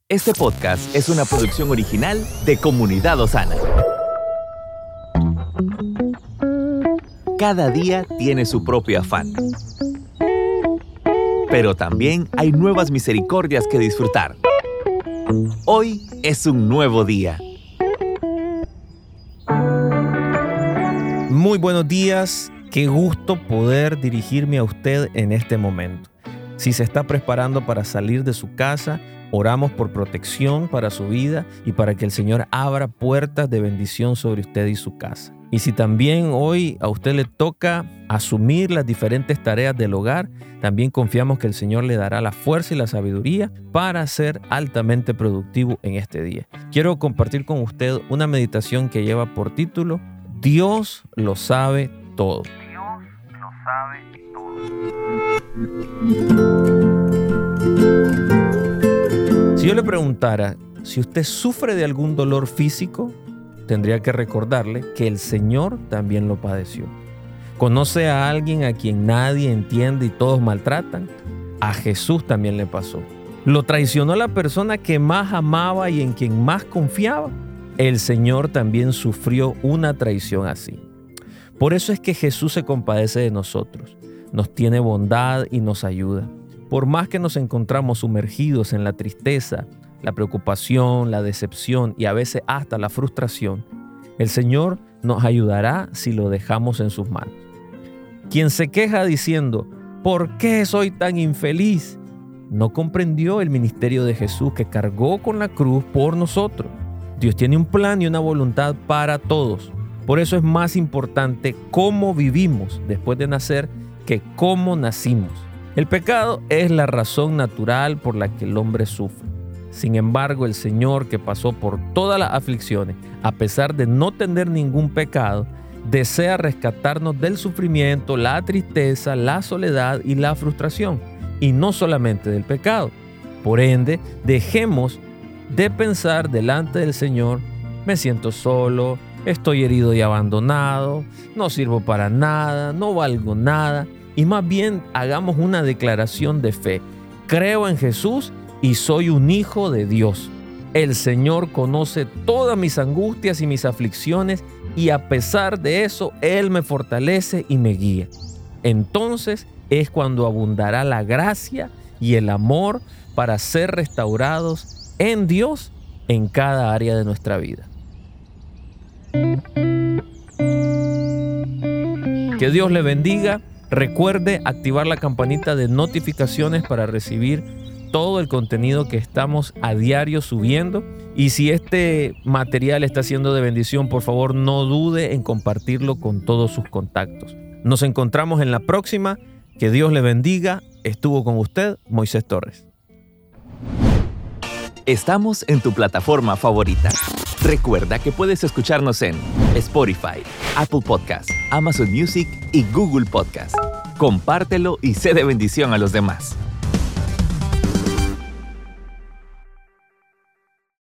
Este podcast es una producción original de Comunidad Osana. Cada día tiene su propio afán. Pero también hay nuevas misericordias que disfrutar. Hoy es un nuevo día. Muy buenos días, qué gusto poder dirigirme a usted en este momento. Si se está preparando para salir de su casa, oramos por protección para su vida y para que el Señor abra puertas de bendición sobre usted y su casa. Y si también hoy a usted le toca asumir las diferentes tareas del hogar, también confiamos que el Señor le dará la fuerza y la sabiduría para ser altamente productivo en este día. Quiero compartir con usted una meditación que lleva por título Dios lo sabe todo. Dios lo sabe todo. Si yo le preguntara si usted sufre de algún dolor físico, tendría que recordarle que el Señor también lo padeció. ¿Conoce a alguien a quien nadie entiende y todos maltratan? A Jesús también le pasó. ¿Lo traicionó la persona que más amaba y en quien más confiaba? El Señor también sufrió una traición así. Por eso es que Jesús se compadece de nosotros, nos tiene bondad y nos ayuda. Por más que nos encontramos sumergidos en la tristeza, la preocupación, la decepción y a veces hasta la frustración, el Señor nos ayudará si lo dejamos en sus manos. Quien se queja diciendo, ¿por qué soy tan infeliz?, no comprendió el ministerio de Jesús que cargó con la cruz por nosotros. Dios tiene un plan y una voluntad para todos. Por eso es más importante cómo vivimos después de nacer que cómo nacimos. El pecado es la razón natural por la que el hombre sufre. Sin embargo, el Señor, que pasó por todas las aflicciones, a pesar de no tener ningún pecado, desea rescatarnos del sufrimiento, la tristeza, la soledad y la frustración, y no solamente del pecado. Por ende, dejemos de pensar delante del Señor, me siento solo, estoy herido y abandonado, no sirvo para nada, no valgo nada, y más bien hagamos una declaración de fe. Creo en Jesús y soy un hijo de Dios. El Señor conoce todas mis angustias y mis aflicciones y a pesar de eso, Él me fortalece y me guía. Entonces es cuando abundará la gracia y el amor para ser restaurados en Dios en cada área de nuestra vida. Que Dios le bendiga. Recuerde activar la campanita de notificaciones para recibir todo el contenido que estamos a diario subiendo. Y si este material está siendo de bendición, por favor no dude en compartirlo con todos sus contactos. Nos encontramos en la próxima. Que Dios le bendiga. Estuvo con usted Moisés Torres. Estamos en tu plataforma favorita. Recuerda que puedes escucharnos en Spotify, Apple Podcasts, Amazon Music y Google Podcasts. Compártelo y sé de bendición a los demás.